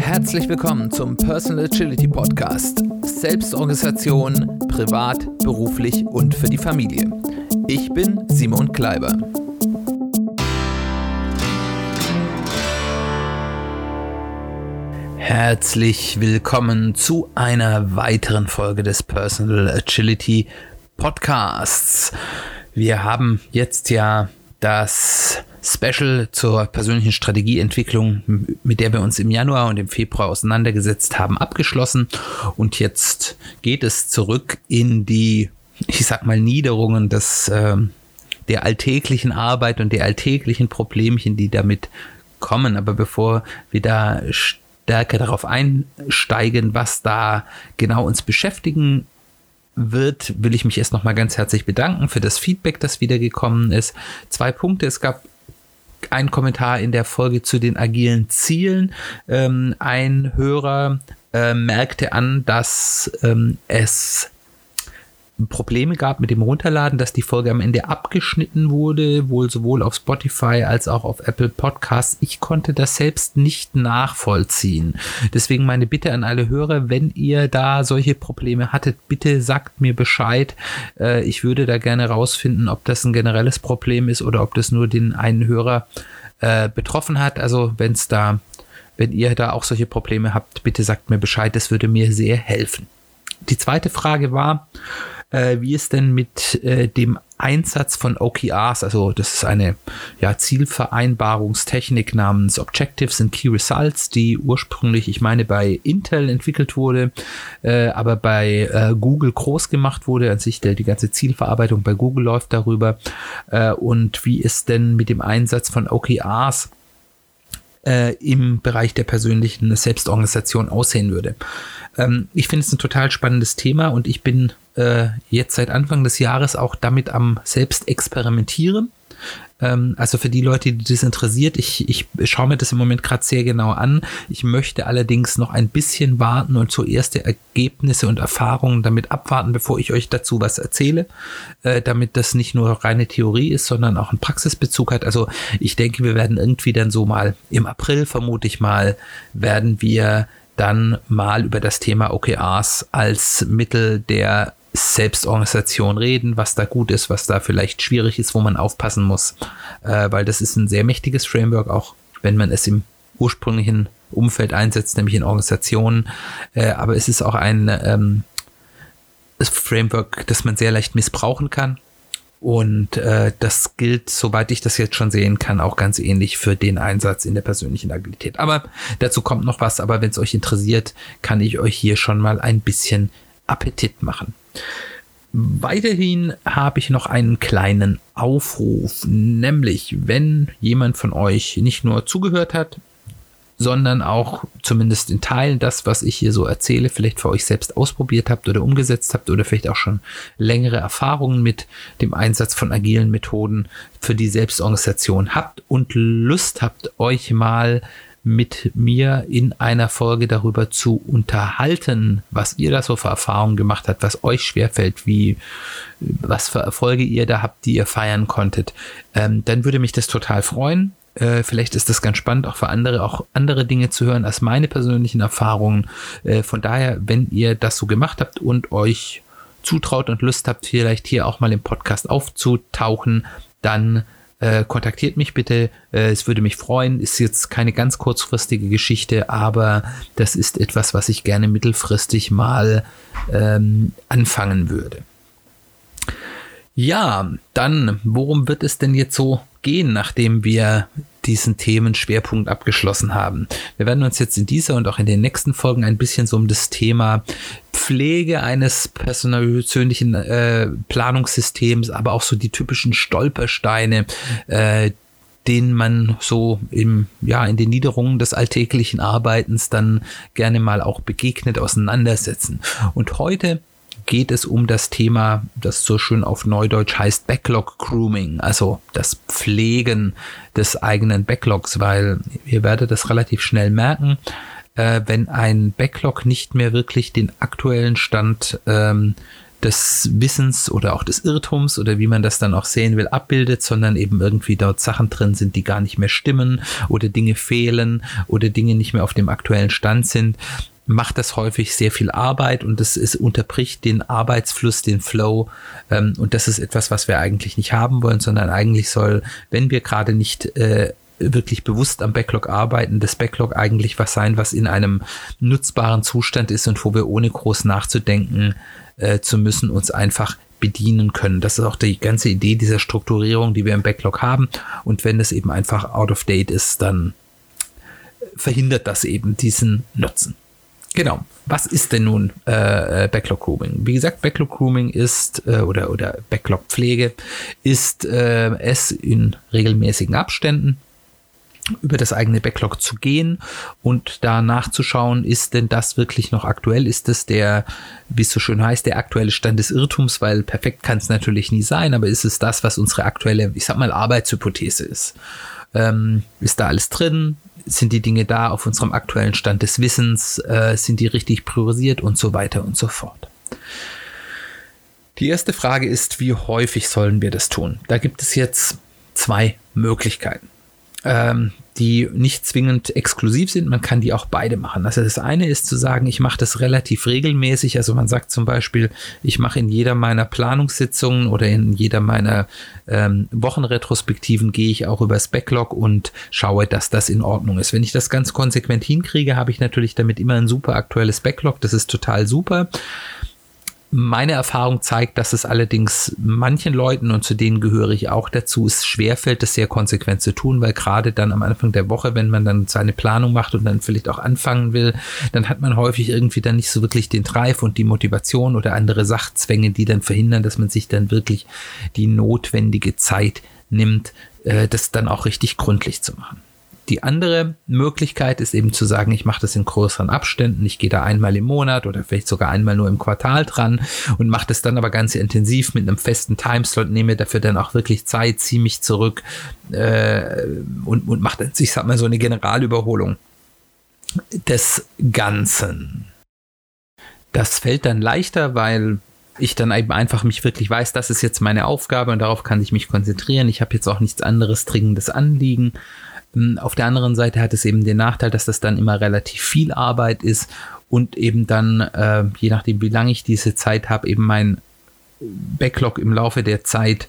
Herzlich willkommen zum Personal Agility Podcast. Selbstorganisation, privat, beruflich und für die Familie. Ich bin Simon Kleiber. Herzlich willkommen zu einer weiteren Folge des Personal Agility Podcasts. Wir haben jetzt ja das Special zur persönlichen Strategieentwicklung, mit der wir uns im Januar und im Februar auseinandergesetzt haben, abgeschlossen. Und jetzt geht es zurück in die, Niederungen der alltäglichen Arbeit und der alltäglichen Problemchen, die damit kommen. Aber bevor wir da stärker darauf einsteigen, was da genau uns beschäftigen wird, will ich mich erst nochmal ganz herzlich bedanken für das Feedback, das wieder gekommen ist. 2 Punkte. Es gab einen Kommentar in der Folge zu den agilen Zielen. Ein Hörer merkte an, dass es Probleme gab mit dem Runterladen, dass die Folge am Ende abgeschnitten wurde, wohl sowohl auf Spotify als auch auf Apple Podcasts. Ich konnte das selbst nicht nachvollziehen. Deswegen meine Bitte an alle Hörer, wenn ihr da solche Probleme hattet, bitte sagt mir Bescheid. Ich würde da gerne rausfinden, ob das ein generelles Problem ist oder ob das nur den einen Hörer betroffen hat. Also wenn ihr da auch solche Probleme habt, bitte sagt mir Bescheid. Das würde mir sehr helfen. Die zweite Frage war, wie es denn mit dem Einsatz von OKRs, also das ist eine Zielvereinbarungstechnik namens Objectives and Key Results, die ursprünglich, ich meine, bei Intel entwickelt wurde, aber bei Google groß gemacht wurde. An sich die ganze Zielverarbeitung bei Google läuft darüber. Und wie es denn mit dem Einsatz von OKRs im Bereich der persönlichen Selbstorganisation aussehen würde. Ich finde es ein total spannendes Thema und ich bin jetzt seit Anfang des Jahres auch damit am Selbstexperimentieren. Also für die Leute, die das interessiert, ich schaue mir das im Moment gerade sehr genau an. Ich möchte allerdings noch ein bisschen warten und so erste Ergebnisse und Erfahrungen damit abwarten, bevor ich euch dazu was erzähle, damit das nicht nur reine Theorie ist, sondern auch einen Praxisbezug hat. Also ich denke, wir werden irgendwie dann so mal im April, vermute ich mal, werden wir dann mal über das Thema OKRs als Mittel der Selbstorganisation reden, was da gut ist, was da vielleicht schwierig ist, wo man aufpassen muss, weil das ist ein sehr mächtiges Framework, auch wenn man es im ursprünglichen Umfeld einsetzt, nämlich in Organisationen, aber es ist auch ein Framework, das man sehr leicht missbrauchen kann. Und das gilt, soweit ich das jetzt schon sehen kann, auch ganz ähnlich für den Einsatz in der persönlichen Agilität. Aber dazu kommt noch was, aber wenn es euch interessiert, kann ich euch hier schon mal ein bisschen Appetit machen. Weiterhin habe ich noch einen kleinen Aufruf, nämlich wenn jemand von euch nicht nur zugehört hat, sondern auch zumindest in Teilen das, was ich hier so erzähle, vielleicht für euch selbst ausprobiert habt oder umgesetzt habt oder vielleicht auch schon längere Erfahrungen mit dem Einsatz von agilen Methoden für die Selbstorganisation habt und Lust habt, euch mal mit mir in einer Folge darüber zu unterhalten, was ihr da so für Erfahrungen gemacht habt, was euch schwerfällt, was für Erfolge ihr da habt, die ihr feiern konntet, dann würde mich das total freuen. Vielleicht ist das ganz spannend, auch für andere, auch andere Dinge zu hören als meine persönlichen Erfahrungen. Von daher, wenn ihr das so gemacht habt und euch zutraut und Lust habt, vielleicht hier auch mal im Podcast aufzutauchen, dann kontaktiert mich bitte. Es würde mich freuen. Ist jetzt keine ganz kurzfristige Geschichte, aber das ist etwas, was ich gerne mittelfristig mal anfangen würde. Ja, dann, worum wird es denn jetzt so gehen, nachdem wir diesen Themenschwerpunkt abgeschlossen haben? Wir werden uns jetzt in dieser und auch in den nächsten Folgen ein bisschen so um das Thema Pflege eines persönlichen Planungssystems, aber auch so die typischen Stolpersteine, denen man so in den Niederungen des alltäglichen Arbeitens dann gerne mal auch begegnet, auseinandersetzen. Und heute geht es um das Thema, das so schön auf Neudeutsch heißt Backlog Grooming, also das Pflegen des eigenen Backlogs, weil ihr werdet das relativ schnell merken, wenn ein Backlog nicht mehr wirklich den aktuellen Stand des Wissens oder auch des Irrtums oder wie man das dann auch sehen will, abbildet, sondern eben irgendwie dort Sachen drin sind, die gar nicht mehr stimmen oder Dinge fehlen oder Dinge nicht mehr auf dem aktuellen Stand sind, macht das häufig sehr viel Arbeit und es unterbricht den Arbeitsfluss, den Flow, und das ist etwas, was wir eigentlich nicht haben wollen, sondern eigentlich soll, wenn wir gerade nicht wirklich bewusst am Backlog arbeiten, das Backlog eigentlich was sein, was in einem nutzbaren Zustand ist und wo wir ohne groß nachzudenken zu müssen, uns einfach bedienen können. Das ist auch die ganze Idee dieser Strukturierung, die wir im Backlog haben, und wenn das eben einfach out of date ist, dann verhindert das eben diesen Nutzen. Genau. Was ist denn nun Backlog Grooming? Wie gesagt, Backlog Grooming ist oder Backlog Pflege ist es in regelmäßigen Abständen über das eigene Backlog zu gehen und da nachzuschauen, ist denn das wirklich noch aktuell? Ist es der, wie es so schön heißt, der aktuelle Stand des Irrtums? Weil perfekt kann es natürlich nie sein, aber ist es das, was unsere aktuelle, ich sag mal, Arbeitshypothese ist? Ist da alles drin? Sind die Dinge da auf unserem aktuellen Stand des Wissens? Sind die richtig priorisiert und so weiter und so fort? Die erste Frage ist, wie häufig sollen wir das tun? Da gibt es jetzt zwei Möglichkeiten, die nicht zwingend exklusiv sind. Man kann die auch beide machen. Also das eine ist zu sagen, ich mache das relativ regelmäßig. Also man sagt zum Beispiel, ich mache in jeder meiner Planungssitzungen oder in jeder meiner Wochenretrospektiven gehe ich auch übers Backlog und schaue, dass das in Ordnung ist. Wenn ich das ganz konsequent hinkriege, habe ich natürlich damit immer ein super aktuelles Backlog. Das ist total super. Meine Erfahrung zeigt, dass es allerdings manchen Leuten, und zu denen gehöre ich auch dazu, es schwerfällt, das sehr konsequent zu tun, weil gerade dann am Anfang der Woche, wenn man dann seine Planung macht und dann vielleicht auch anfangen will, dann hat man häufig irgendwie dann nicht so wirklich den Drive und die Motivation oder andere Sachzwänge, die dann verhindern, dass man sich dann wirklich die notwendige Zeit nimmt, das dann auch richtig gründlich zu machen. Die andere Möglichkeit ist eben zu sagen, ich mache das in größeren Abständen, ich gehe da einmal im Monat oder vielleicht sogar einmal nur im Quartal dran und mache das dann aber ganz intensiv mit einem festen Timeslot, nehme dafür dann auch wirklich Zeit, ziehe mich zurück und mache dann, ich sag mal, so eine Generalüberholung des Ganzen. Das fällt dann leichter, weil ich dann eben einfach mich wirklich weiß, das ist jetzt meine Aufgabe und darauf kann ich mich konzentrieren. Ich habe jetzt auch nichts anderes dringendes Anliegen. Auf der anderen Seite hat es eben den Nachteil, dass das dann immer relativ viel Arbeit ist und eben dann, je nachdem wie lange ich diese Zeit habe, eben mein Backlog im Laufe der Zeit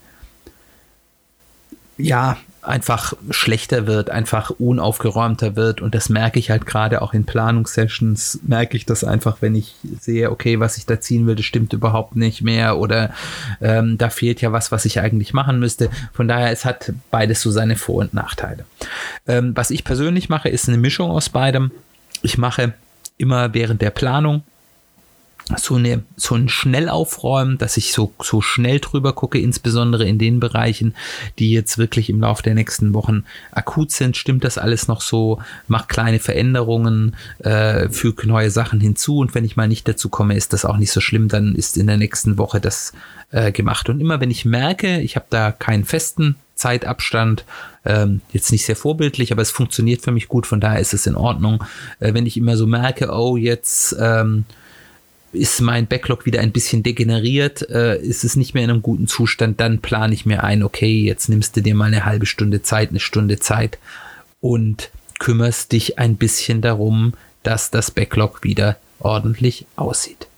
ja einfach schlechter wird, einfach unaufgeräumter wird, und das merke ich halt gerade auch in Planungssessions, merke ich das einfach, wenn ich sehe, okay, was ich da ziehen will, das stimmt überhaupt nicht mehr oder da fehlt ja was ich eigentlich machen müsste. Von daher, es hat beides so seine Vor- und Nachteile. Was ich persönlich mache, ist eine Mischung aus beidem. Ich mache immer während der Planung so ein Schnellaufräumen, dass ich so schnell drüber gucke, insbesondere in den Bereichen, die jetzt wirklich im Laufe der nächsten Wochen akut sind. Stimmt das alles noch so? Mach kleine Veränderungen, füge neue Sachen hinzu, und wenn ich mal nicht dazu komme, ist das auch nicht so schlimm, dann ist in der nächsten Woche das gemacht. Und immer wenn ich merke, ich habe da keinen festen Zeitabstand, jetzt nicht sehr vorbildlich, aber es funktioniert für mich gut, von daher ist es in Ordnung. Wenn ich immer so merke, oh, jetzt ist mein Backlog wieder ein bisschen degeneriert, ist es nicht mehr in einem guten Zustand, dann plane ich mir ein, okay, jetzt nimmst du dir mal eine halbe Stunde Zeit, eine Stunde Zeit und kümmerst dich ein bisschen darum, dass das Backlog wieder ordentlich aussieht.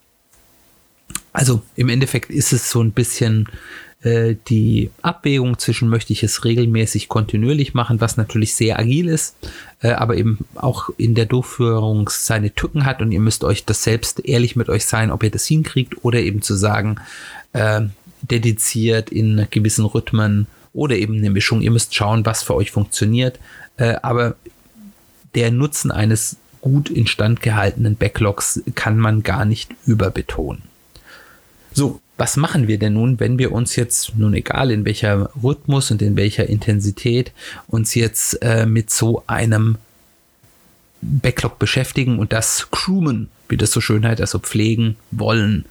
Also im Endeffekt ist es so ein bisschen die Abwägung zwischen, möchte ich es regelmäßig kontinuierlich machen, was natürlich sehr agil ist, aber eben auch in der Durchführung seine Tücken hat, und ihr müsst euch das selbst ehrlich mit euch sein, ob ihr das hinkriegt, oder eben zu sagen, dediziert in gewissen Rhythmen oder eben eine Mischung. Ihr müsst schauen, was für euch funktioniert, aber der Nutzen eines gut instand gehaltenen Backlogs kann man gar nicht überbetonen. So, was machen wir denn nun, wenn wir uns jetzt, nun egal in welcher Rhythmus und in welcher Intensität, uns jetzt mit so einem Backlog beschäftigen und das groomen, wie das so schön heißt, also pflegen wollen?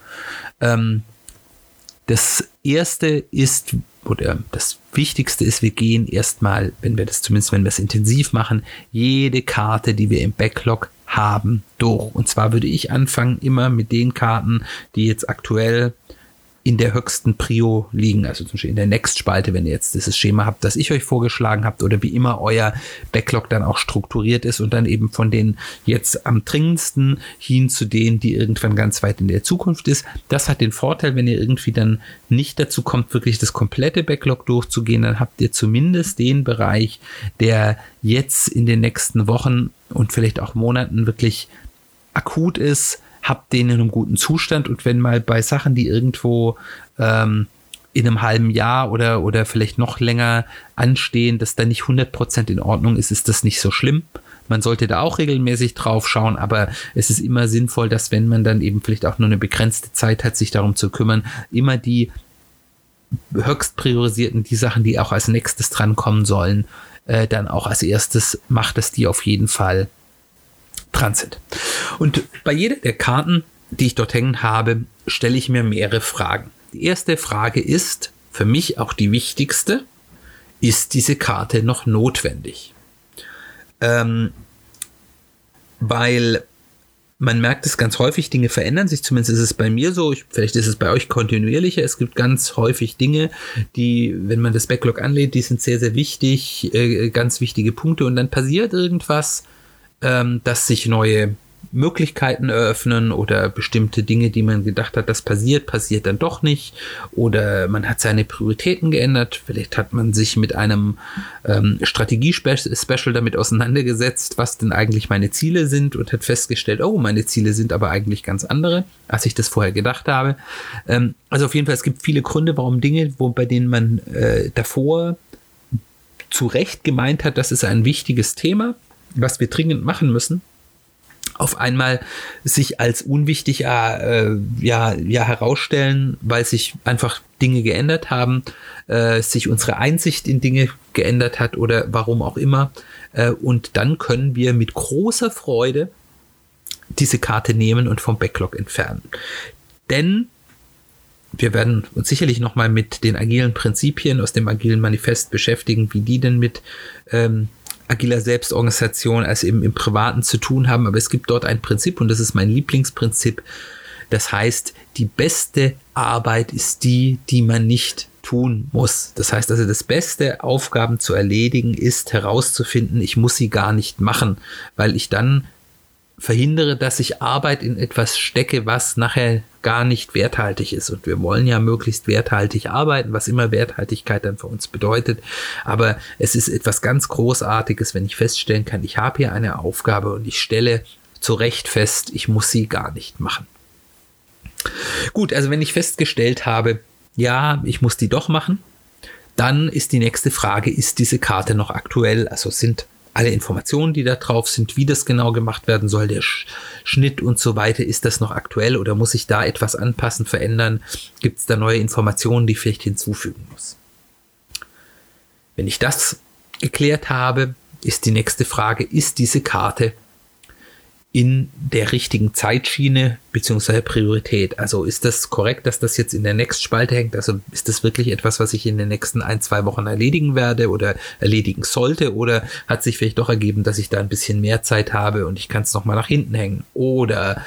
Das erste ist, oder das Wichtigste ist, wir gehen erstmal, wenn wir es intensiv machen, jede Karte, die wir im Backlog haben, durch. Und zwar würde ich anfangen immer mit den Karten, die jetzt aktuell in der höchsten Prio liegen, also zum Beispiel in der Next-Spalte, wenn ihr jetzt dieses Schema habt, das ich euch vorgeschlagen habt, oder wie immer euer Backlog dann auch strukturiert ist und dann eben von den jetzt am dringendsten hin zu denen, die irgendwann ganz weit in der Zukunft ist. Das hat den Vorteil, wenn ihr irgendwie dann nicht dazu kommt, wirklich das komplette Backlog durchzugehen, dann habt ihr zumindest den Bereich, der jetzt in den nächsten Wochen und vielleicht auch Monaten wirklich akut ist, habt den in einem guten Zustand, und wenn mal bei Sachen, die irgendwo in einem halben Jahr oder vielleicht noch länger anstehen, dass da nicht 100% in Ordnung ist, ist das nicht so schlimm. Man sollte da auch regelmäßig drauf schauen, aber es ist immer sinnvoll, dass, wenn man dann eben vielleicht auch nur eine begrenzte Zeit hat, sich darum zu kümmern, immer die höchst priorisierten, die Sachen, die auch als nächstes drankommen sollen, dann auch als erstes macht, dass die auf jeden Fall dran sind. Und bei jeder der Karten, die ich dort hängen habe, stelle ich mir mehrere Fragen. Die erste Frage ist, für mich auch die wichtigste, ist diese Karte noch notwendig? Weil man merkt es ganz häufig, Dinge verändern sich, zumindest ist es bei mir so, vielleicht ist es bei euch kontinuierlicher, es gibt ganz häufig Dinge, die, wenn man das Backlog anlädt, die sind sehr, sehr wichtig, ganz wichtige Punkte, und dann passiert irgendwas, dass sich neue Möglichkeiten eröffnen oder bestimmte Dinge, die man gedacht hat, das passiert dann doch nicht, oder man hat seine Prioritäten geändert, vielleicht hat man sich mit einem Strategie-Special damit auseinandergesetzt, was denn eigentlich meine Ziele sind, und hat festgestellt, oh, meine Ziele sind aber eigentlich ganz andere, als ich das vorher gedacht habe. Also auf jeden Fall, es gibt viele Gründe, warum Dinge, bei denen man davor zu Recht gemeint hat, das ist ein wichtiges Thema, was wir dringend machen müssen, auf einmal sich als unwichtig herausstellen, weil sich einfach Dinge geändert haben, sich unsere Einsicht in Dinge geändert hat oder warum auch immer. Und dann können wir mit großer Freude diese Karte nehmen und vom Backlog entfernen. Denn wir werden uns sicherlich nochmal mit den agilen Prinzipien aus dem agilen Manifest beschäftigen, wie die denn mit agiler Selbstorganisation als eben im Privaten zu tun haben, aber es gibt dort ein Prinzip, und das ist mein Lieblingsprinzip. Das heißt, die beste Arbeit ist die, die man nicht tun muss. Das heißt also, das Beste, Aufgaben zu erledigen, ist herauszufinden, ich muss sie gar nicht machen, weil ich dann verhindere, dass ich Arbeit in etwas stecke, was nachher gar nicht werthaltig ist. Und wir wollen ja möglichst werthaltig arbeiten, was immer Werthaltigkeit dann für uns bedeutet. Aber es ist etwas ganz Großartiges, wenn ich feststellen kann, ich habe hier eine Aufgabe und ich stelle zu Recht fest, ich muss sie gar nicht machen. Gut, also wenn ich festgestellt habe, ja, ich muss die doch machen, dann ist die nächste Frage, ist diese Karte noch aktuell? Also sind alle Informationen, die da drauf sind, wie das genau gemacht werden soll, der Schnitt und so weiter, ist das noch aktuell oder muss ich da etwas anpassen, verändern? Gibt es da neue Informationen, die ich vielleicht hinzufügen muss? Wenn ich das geklärt habe, ist die nächste Frage, ist diese Karte in der richtigen Zeitschiene bzw. Priorität? Also ist das korrekt, dass das jetzt in der Next-Spalte hängt? Also ist das wirklich etwas, was ich in den nächsten 1-2 Wochen erledigen werde oder erledigen sollte? Oder hat sich vielleicht doch ergeben, dass ich da ein bisschen mehr Zeit habe und ich kann es nochmal nach hinten hängen? Oder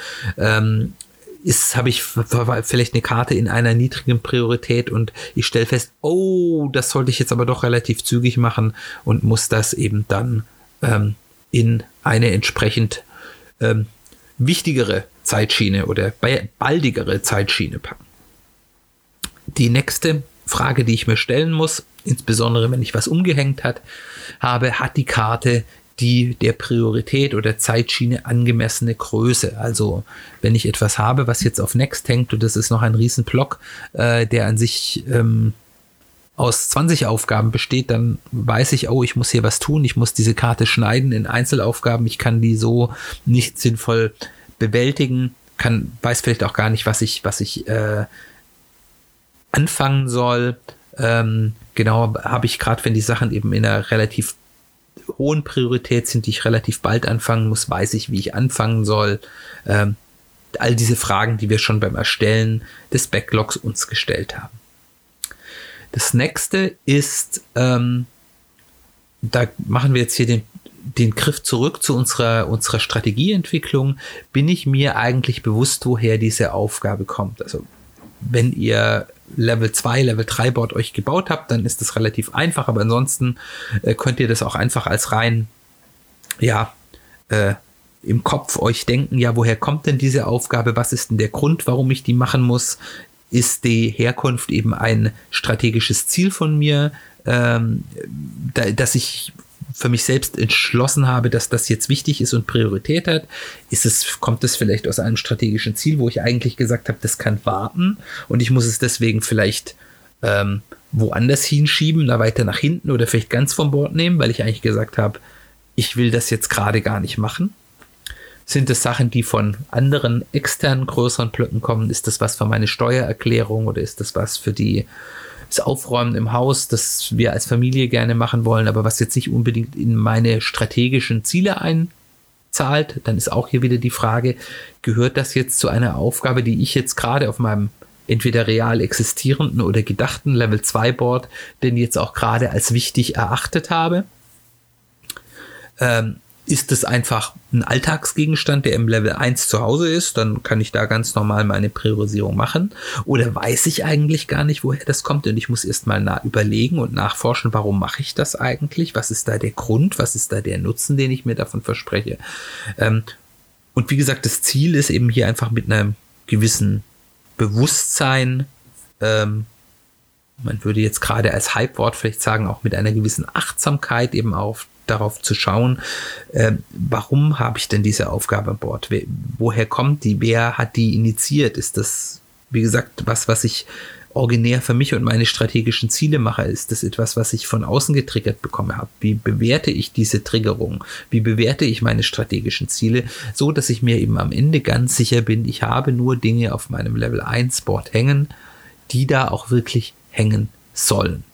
habe ich vielleicht eine Karte in einer niedrigen Priorität und ich stelle fest, oh, das sollte ich jetzt aber doch relativ zügig machen und muss das eben dann in eine entsprechend wichtigere Zeitschiene oder baldigere Zeitschiene packen. Die nächste Frage, die ich mir stellen muss, insbesondere wenn ich was umgehängt habe, hat die Karte die der Priorität oder Zeitschiene angemessene Größe? Also wenn ich etwas habe, was jetzt auf Next hängt und das ist noch ein Riesenblock, der an sich aus 20 Aufgaben besteht, dann weiß ich, oh, ich muss hier was tun, ich muss diese Karte schneiden in Einzelaufgaben, ich kann die so nicht sinnvoll bewältigen, weiß vielleicht auch gar nicht, was ich anfangen soll. Genau, habe ich gerade, wenn die Sachen eben in einer relativ hohen Priorität sind, die ich relativ bald anfangen muss, weiß ich, wie ich anfangen soll. All diese Fragen, die wir schon beim Erstellen des Backlogs uns gestellt haben. Das nächste ist, da machen wir jetzt hier den Griff zurück zu unserer Strategieentwicklung, bin ich mir eigentlich bewusst, woher diese Aufgabe kommt. Also wenn ihr Level 2, Level 3 Board euch gebaut habt, dann ist das relativ einfach, aber ansonsten könnt ihr das auch einfach als rein, im Kopf euch denken, ja, woher kommt denn diese Aufgabe, was ist denn der Grund, warum ich die machen muss? Ist die Herkunft eben ein strategisches Ziel von mir, dass ich für mich selbst entschlossen habe, dass das jetzt wichtig ist und Priorität hat? Kommt es vielleicht aus einem strategischen Ziel, wo ich eigentlich gesagt habe, das kann warten und ich muss es deswegen vielleicht woanders hinschieben, da weiter nach hinten oder vielleicht ganz vom Bord nehmen, weil ich eigentlich gesagt habe, ich will das jetzt gerade gar nicht machen? Sind es Sachen, die von anderen externen größeren Blöcken kommen? Ist das was für meine Steuererklärung oder ist das was für das Aufräumen im Haus, das wir als Familie gerne machen wollen, aber was jetzt nicht unbedingt in meine strategischen Ziele einzahlt? Dann ist auch hier wieder die Frage, gehört das jetzt zu einer Aufgabe, die ich jetzt gerade auf meinem entweder real existierenden oder gedachten Level 2 Board denn jetzt auch gerade als wichtig erachtet habe? Ist es einfach ein Alltagsgegenstand, der im Level 1 zu Hause ist, dann kann ich da ganz normal meine Priorisierung machen. Oder weiß ich eigentlich gar nicht, woher das kommt und ich muss erstmal überlegen und nachforschen, warum mache ich das eigentlich? Was ist da der Grund? Was ist da der Nutzen, den ich mir davon verspreche? Und wie gesagt, das Ziel ist eben hier einfach mit einem gewissen Bewusstsein, man würde jetzt gerade als Hypewort vielleicht sagen, auch mit einer gewissen Achtsamkeit eben darauf zu schauen, warum habe ich denn diese Aufgabe an Bord? Woher kommt die? Wer hat die initiiert? Ist das, wie gesagt, was ich originär für mich und meine strategischen Ziele mache? Ist das etwas, was ich von außen getriggert bekommen habe? Wie bewerte ich diese Triggerung? Wie bewerte ich meine strategischen Ziele? So, dass ich mir eben am Ende ganz sicher bin, ich habe nur Dinge auf meinem Level 1 Board hängen, die da auch wirklich hängen sollen.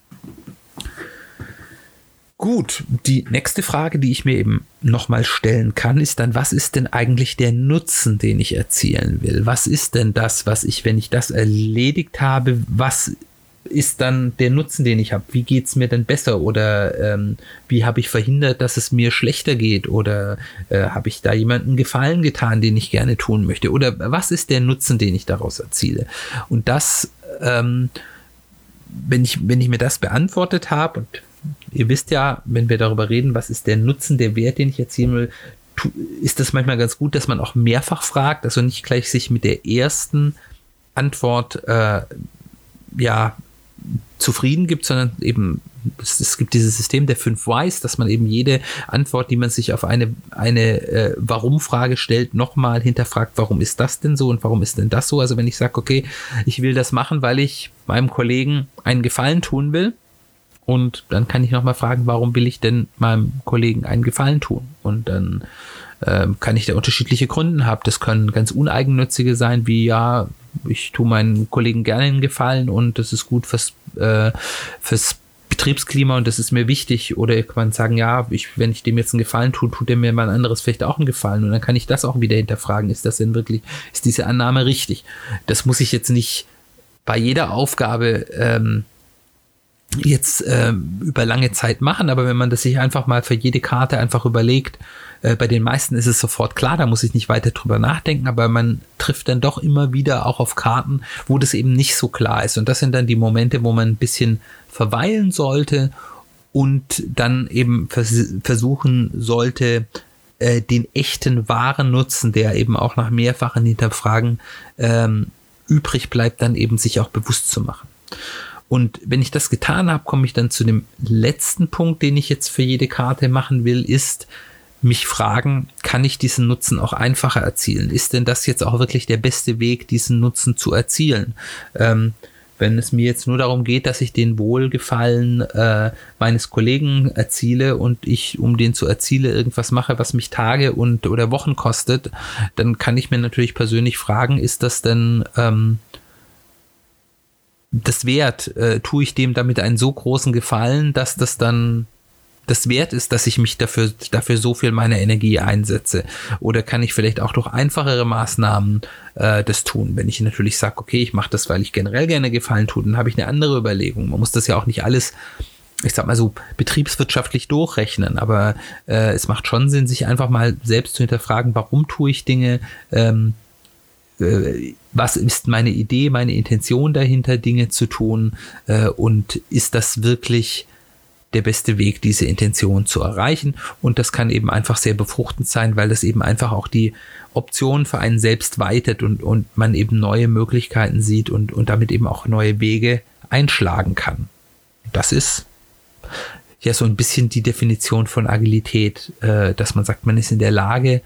Gut, die nächste Frage, die ich mir eben nochmal stellen kann, ist dann, was ist denn eigentlich der Nutzen, den ich erzielen will? Was ist denn das, wenn ich das erledigt habe, was ist dann der Nutzen, den ich habe? Wie geht es mir denn besser? Oder wie habe ich verhindert, dass es mir schlechter geht? Oder habe ich da jemandem Gefallen getan, den ich gerne tun möchte? Oder was ist der Nutzen, den ich daraus erziele? Und das, wenn ich mir das beantwortet habe, und ihr wisst ja, wenn wir darüber reden, was ist der Nutzen, der Wert, den ich erzielen will, ist das manchmal ganz gut, dass man auch mehrfach fragt, also nicht gleich sich mit der ersten Antwort zufrieden gibt, sondern eben es gibt dieses System der 5 Whys, dass man eben jede Antwort, die man sich auf eine Warum-Frage stellt, nochmal hinterfragt, warum ist das denn so und warum ist denn das so? Also wenn ich sage, okay, ich will das machen, weil ich meinem Kollegen einen Gefallen tun will, und dann kann ich nochmal fragen, warum will ich denn meinem Kollegen einen Gefallen tun? Und dann kann ich da unterschiedliche Gründe haben. Das können ganz uneigennützige sein, wie ja, ich tue meinen Kollegen gerne einen Gefallen und das ist gut fürs Betriebsklima und das ist mir wichtig. Oder kann man sagen, ja, wenn ich dem jetzt einen Gefallen tue, tut er mir mal ein anderes vielleicht auch einen Gefallen. Und dann kann ich das auch wieder hinterfragen. Ist diese Annahme richtig? Das muss ich jetzt nicht bei jeder Aufgabe über lange Zeit machen, aber wenn man das sich einfach mal für jede Karte einfach überlegt, bei den meisten ist es sofort klar, da muss ich nicht weiter drüber nachdenken, aber man trifft dann doch immer wieder auch auf Karten, wo das eben nicht so klar ist und das sind dann die Momente, wo man ein bisschen verweilen sollte und dann eben versuchen sollte, den echten, wahren Nutzen, der eben auch nach mehrfachen Hinterfragen übrig bleibt, dann eben sich auch bewusst zu machen. Und wenn ich das getan habe, komme ich dann zu dem letzten Punkt, den ich jetzt für jede Karte machen will, ist mich fragen, kann ich diesen Nutzen auch einfacher erzielen? Ist denn das jetzt auch wirklich der beste Weg, diesen Nutzen zu erzielen? Wenn es mir jetzt nur darum geht, dass ich den Wohlgefallen meines Kollegen erziele und ich, um den zu erzielen, irgendwas mache, was mich Tage oder Wochen kostet, dann kann ich mir natürlich persönlich fragen, ist das denn das wert? Tue ich dem damit einen so großen Gefallen, dass das dann das wert ist, dass ich mich dafür so viel meiner Energie einsetze? Oder kann ich vielleicht auch durch einfachere Maßnahmen das tun? Wenn ich natürlich sage, okay, ich mache das, weil ich generell gerne Gefallen tue, dann habe ich eine andere Überlegung. Man muss das ja auch nicht alles ich sag mal so, betriebswirtschaftlich durchrechnen, aber es macht schon Sinn, sich einfach mal selbst zu hinterfragen, warum tue ich Dinge, was ist meine Idee, meine Intention dahinter, Dinge zu tun, und ist das wirklich der beste Weg, diese Intention zu erreichen? Und das kann eben einfach sehr befruchtend sein, weil das eben einfach auch die Optionen für einen selbst weitet und man eben neue Möglichkeiten sieht und damit eben auch neue Wege einschlagen kann. Das ist ja so ein bisschen die Definition von Agilität, dass man sagt, man ist in der Lage,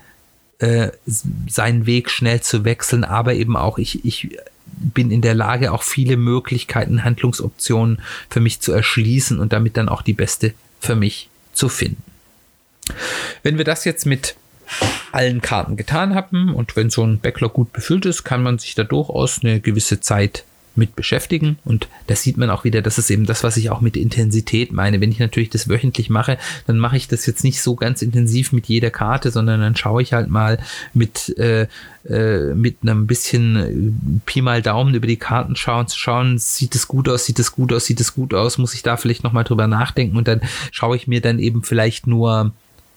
seinen Weg schnell zu wechseln, aber eben auch ich bin in der Lage, auch viele Möglichkeiten, Handlungsoptionen für mich zu erschließen und damit dann auch die beste für mich zu finden. Wenn wir das jetzt mit allen Karten getan haben und wenn so ein Backlog gut befüllt ist, kann man sich da durchaus eine gewisse Zeit mit beschäftigen, und da sieht man auch wieder, das ist eben das, was ich auch mit Intensität meine. Wenn ich natürlich das wöchentlich mache, dann mache ich das jetzt nicht so ganz intensiv mit jeder Karte, sondern dann schaue ich halt mal mit einem bisschen Pi mal Daumen über die Karten schauen, sieht es gut aus, muss ich da vielleicht nochmal drüber nachdenken, und dann schaue ich mir dann eben vielleicht nur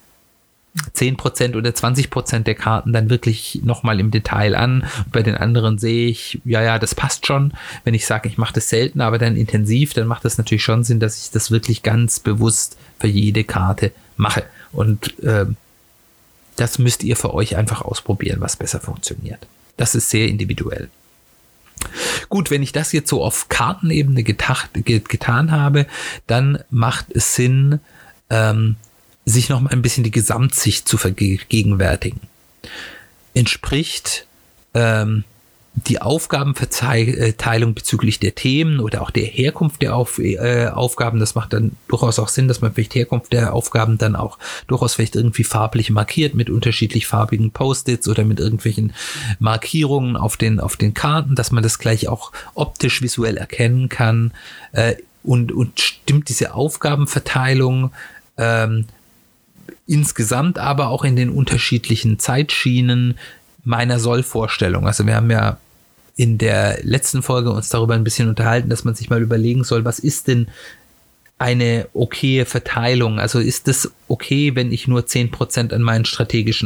10% oder 20% der Karten dann wirklich nochmal im Detail an. Bei den anderen sehe ich, ja, das passt schon. Wenn ich sage, ich mache das selten, aber dann intensiv, dann macht das natürlich schon Sinn, dass ich das wirklich ganz bewusst für jede Karte mache. Und das müsst ihr für euch einfach ausprobieren, was besser funktioniert. Das ist sehr individuell. Gut, wenn ich das jetzt so auf Kartenebene getan habe, dann macht es Sinn, sich noch mal ein bisschen die Gesamtsicht zu vergegenwärtigen. Entspricht die Aufgabenverteilung bezüglich der Themen oder auch der Herkunft der Aufgaben, das macht dann durchaus auch Sinn, dass man vielleicht Herkunft der Aufgaben dann auch durchaus vielleicht irgendwie farblich markiert mit unterschiedlich farbigen Post-its oder mit irgendwelchen Markierungen auf den Karten, dass man das gleich auch optisch visuell erkennen kann, und stimmt diese Aufgabenverteilung insgesamt aber auch in den unterschiedlichen Zeitschienen meiner Sollvorstellung. Also wir haben ja in der letzten Folge uns darüber ein bisschen unterhalten, dass man sich mal überlegen soll, was ist denn eine okaye Verteilung? Also ist es okay, wenn ich nur 10% an meinen strategischen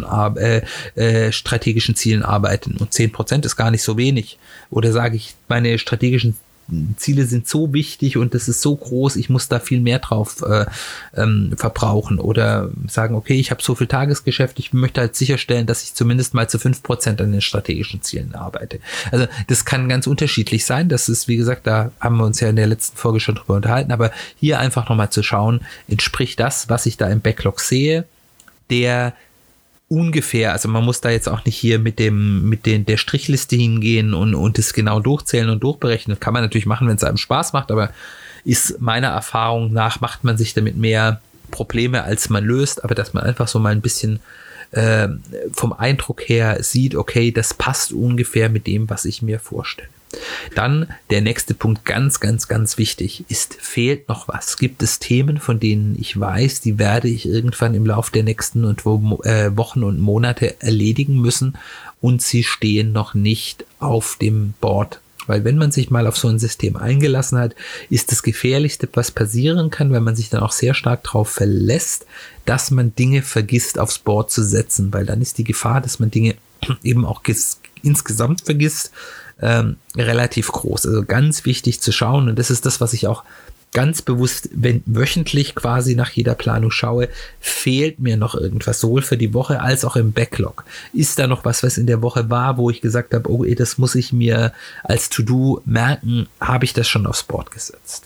Zielen arbeite? Und 10% ist gar nicht so wenig. Oder sage ich, meine strategischen Ziele sind so wichtig und das ist so groß, ich muss da viel mehr drauf verbrauchen, oder sagen, okay, ich habe so viel Tagesgeschäft, ich möchte halt sicherstellen, dass ich zumindest mal zu 5% an den strategischen Zielen arbeite. Also das kann ganz unterschiedlich sein, das ist, wie gesagt, da haben wir uns ja in der letzten Folge schon drüber unterhalten, aber hier einfach nochmal zu schauen, entspricht das, was ich da im Backlog sehe, der ungefähr, also man muss da jetzt auch nicht hier mit der Strichliste hingehen und es genau durchzählen und durchberechnen. Das kann man natürlich machen, wenn es einem Spaß macht, aber ist meiner Erfahrung nach, macht man sich damit mehr Probleme, als man löst, aber dass man einfach so mal ein bisschen vom Eindruck her sieht, okay, das passt ungefähr mit dem, was ich mir vorstelle. Dann der nächste Punkt, ganz, ganz, ganz wichtig, fehlt noch was? Gibt es Themen, von denen ich weiß, die werde ich irgendwann im Laufe der nächsten Wochen und Monate erledigen müssen und sie stehen noch nicht auf dem Board? Weil wenn man sich mal auf so ein System eingelassen hat, ist das Gefährlichste, was passieren kann, wenn man sich dann auch sehr stark darauf verlässt, dass man Dinge vergisst, aufs Board zu setzen, weil dann ist die Gefahr, dass man Dinge eben auch insgesamt vergisst, relativ groß. Also ganz wichtig zu schauen, und das ist das, was ich auch ganz bewusst, wenn wöchentlich quasi nach jeder Planung schaue, fehlt mir noch irgendwas, sowohl für die Woche als auch im Backlog. Ist da noch was in der Woche war, wo ich gesagt habe, oh, das muss ich mir als To-Do merken, habe ich das schon aufs Board gesetzt.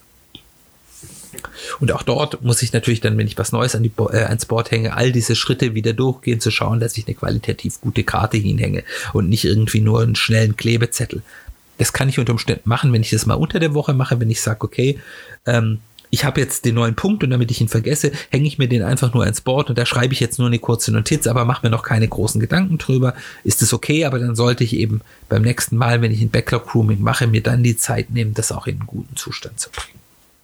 Und auch dort muss ich natürlich dann, wenn ich was Neues ans Board hänge, all diese Schritte wieder durchgehen, zu schauen, dass ich eine qualitativ gute Karte hinhänge und nicht irgendwie nur einen schnellen Klebezettel. Das kann ich unter Umständen machen, wenn ich das mal unter der Woche mache, wenn ich sage, okay, ich habe jetzt den neuen Punkt und damit ich ihn vergesse, hänge ich mir den einfach nur ans Board und da schreibe ich jetzt nur eine kurze Notiz, aber mache mir noch keine großen Gedanken drüber. Ist es okay, aber dann sollte ich eben beim nächsten Mal, wenn ich ein Backlog-Grooming mache, mir dann die Zeit nehmen, das auch in einen guten Zustand zu bringen.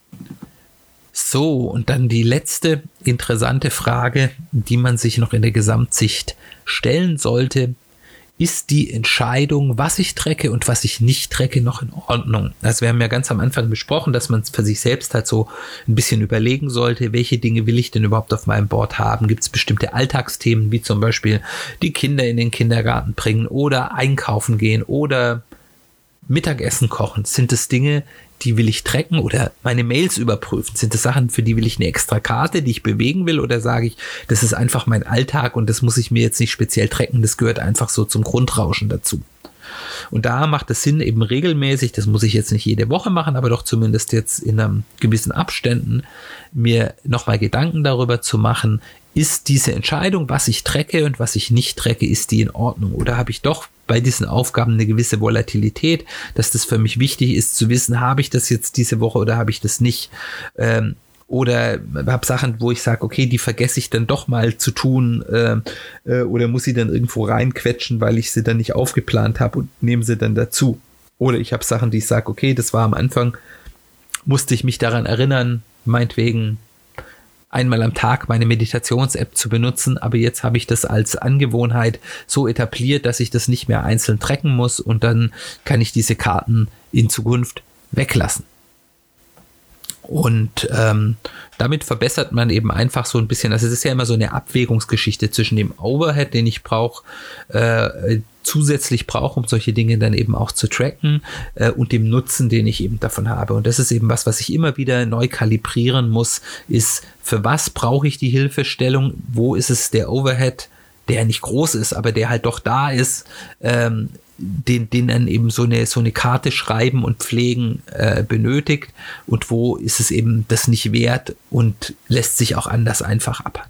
So, und dann die letzte interessante Frage, die man sich noch in der Gesamtsicht stellen sollte, ist die Entscheidung, was ich tracke und was ich nicht tracke, noch in Ordnung? Also wir haben ja ganz am Anfang besprochen, dass man für sich selbst halt so ein bisschen überlegen sollte, welche Dinge will ich denn überhaupt auf meinem Board haben? Gibt es bestimmte Alltagsthemen, wie zum Beispiel die Kinder in den Kindergarten bringen oder einkaufen gehen oder Mittagessen kochen? Sind es Dinge, die will ich tracken oder meine Mails überprüfen? Sind das Sachen, für die will ich eine extra Karte, die ich bewegen will, oder sage ich, das ist einfach mein Alltag und das muss ich mir jetzt nicht speziell tracken, das gehört einfach so zum Grundrauschen dazu. Und da macht es Sinn, eben regelmäßig, das muss ich jetzt nicht jede Woche machen, aber doch zumindest jetzt in einem gewissen Abständen, mir nochmal Gedanken darüber zu machen, ist diese Entscheidung, was ich tracke und was ich nicht tracke, ist die in Ordnung? Oder habe ich doch bei diesen Aufgaben eine gewisse Volatilität, dass das für mich wichtig ist zu wissen, habe ich das jetzt diese Woche oder habe ich das nicht? Oder habe Sachen, wo ich sage, okay, die vergesse ich dann doch mal zu tun oder muss sie dann irgendwo reinquetschen, weil ich sie dann nicht aufgeplant habe und nehme sie dann dazu. Oder ich habe Sachen, die ich sage, okay, das war am Anfang, musste ich mich daran erinnern, meinetwegen einmal am Tag meine Meditations-App zu benutzen, aber jetzt habe ich das als Angewohnheit so etabliert, dass ich das nicht mehr einzeln tracken muss und dann kann ich diese Karten in Zukunft weglassen. Und damit verbessert man eben einfach so ein bisschen, also es ist ja immer so eine Abwägungsgeschichte zwischen dem Overhead, den ich zusätzlich brauche, um solche Dinge dann eben auch zu tracken und dem Nutzen, den ich eben davon habe. Und das ist eben was ich immer wieder neu kalibrieren muss, ist, für was brauche ich die Hilfestellung, wo ist es der Overhead, der nicht groß ist, aber der halt doch da ist, den dann eben so eine Karte schreiben und pflegen benötigt und wo ist es eben das nicht wert und lässt sich auch anders einfach abhandeln.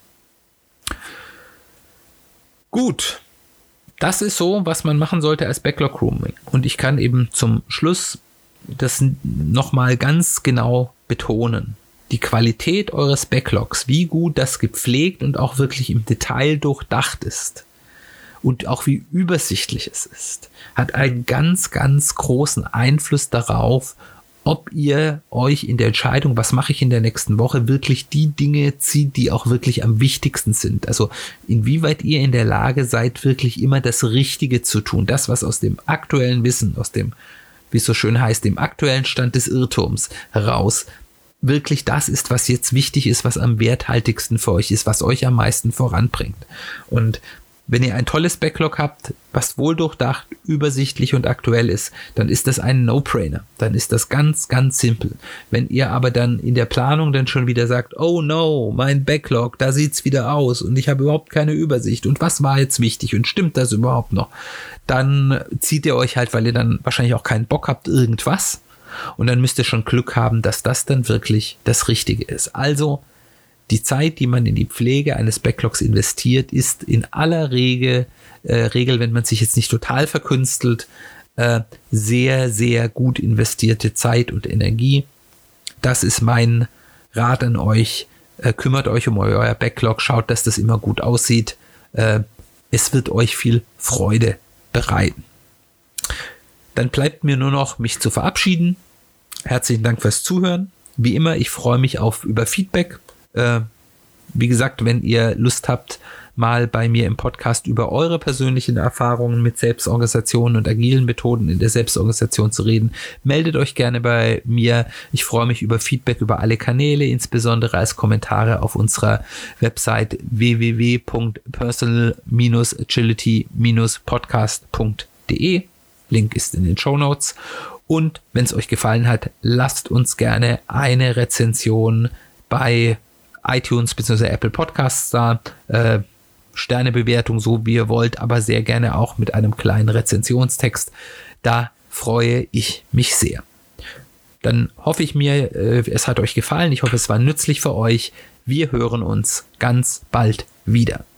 Gut, das ist so, was man machen sollte als Backlog Grooming. Und ich kann eben zum Schluss das nochmal ganz genau betonen. Die Qualität eures Backlogs, wie gut das gepflegt und auch wirklich im Detail durchdacht ist und auch wie übersichtlich es ist, hat einen ganz, ganz großen Einfluss darauf, ob ihr euch in der Entscheidung, was mache ich in der nächsten Woche, wirklich die Dinge zieht, die auch wirklich am wichtigsten sind. Also inwieweit ihr in der Lage seid, wirklich immer das Richtige zu tun. Das, was aus dem aktuellen Wissen, aus dem, wie es so schön heißt, dem aktuellen Stand des Irrtums heraus wirklich das ist, was jetzt wichtig ist, was am werthaltigsten für euch ist, was euch am meisten voranbringt. Und wenn ihr ein tolles Backlog habt, was wohl durchdacht, übersichtlich und aktuell ist, dann ist das ein No-Brainer. Dann ist das ganz, ganz simpel. Wenn ihr aber dann in der Planung dann schon wieder sagt, oh no, mein Backlog, da sieht's wieder aus und ich habe überhaupt keine Übersicht und was war jetzt wichtig und stimmt das überhaupt noch, dann zieht ihr euch halt, weil ihr dann wahrscheinlich auch keinen Bock habt, irgendwas, und dann müsst ihr schon Glück haben, dass das dann wirklich das Richtige ist. Also die Zeit, die man in die Pflege eines Backlogs investiert, ist in aller Regel, wenn man sich jetzt nicht total verkünstelt, sehr, sehr gut investierte Zeit und Energie. Das ist mein Rat an euch. Kümmert euch um euer Backlog, schaut, dass das immer gut aussieht. Es wird euch viel Freude bereiten. Dann bleibt mir nur noch, mich zu verabschieden. Herzlichen Dank fürs Zuhören. Wie immer, ich freue mich über Feedback. Wie gesagt, wenn ihr Lust habt, mal bei mir im Podcast über eure persönlichen Erfahrungen mit Selbstorganisation und agilen Methoden in der Selbstorganisation zu reden, meldet euch gerne bei mir. Ich freue mich über Feedback über alle Kanäle, insbesondere als Kommentare auf unserer Website www.personal-agility-podcast.de. Link ist in den Shownotes. Und wenn es euch gefallen hat, lasst uns gerne eine Rezension bei iTunes bzw. Apple Podcasts da, Sternebewertung, so wie ihr wollt, aber sehr gerne auch mit einem kleinen Rezensionstext. Da freue ich mich sehr. Dann hoffe ich mir, es hat euch gefallen. Ich hoffe, es war nützlich für euch. Wir hören uns ganz bald wieder.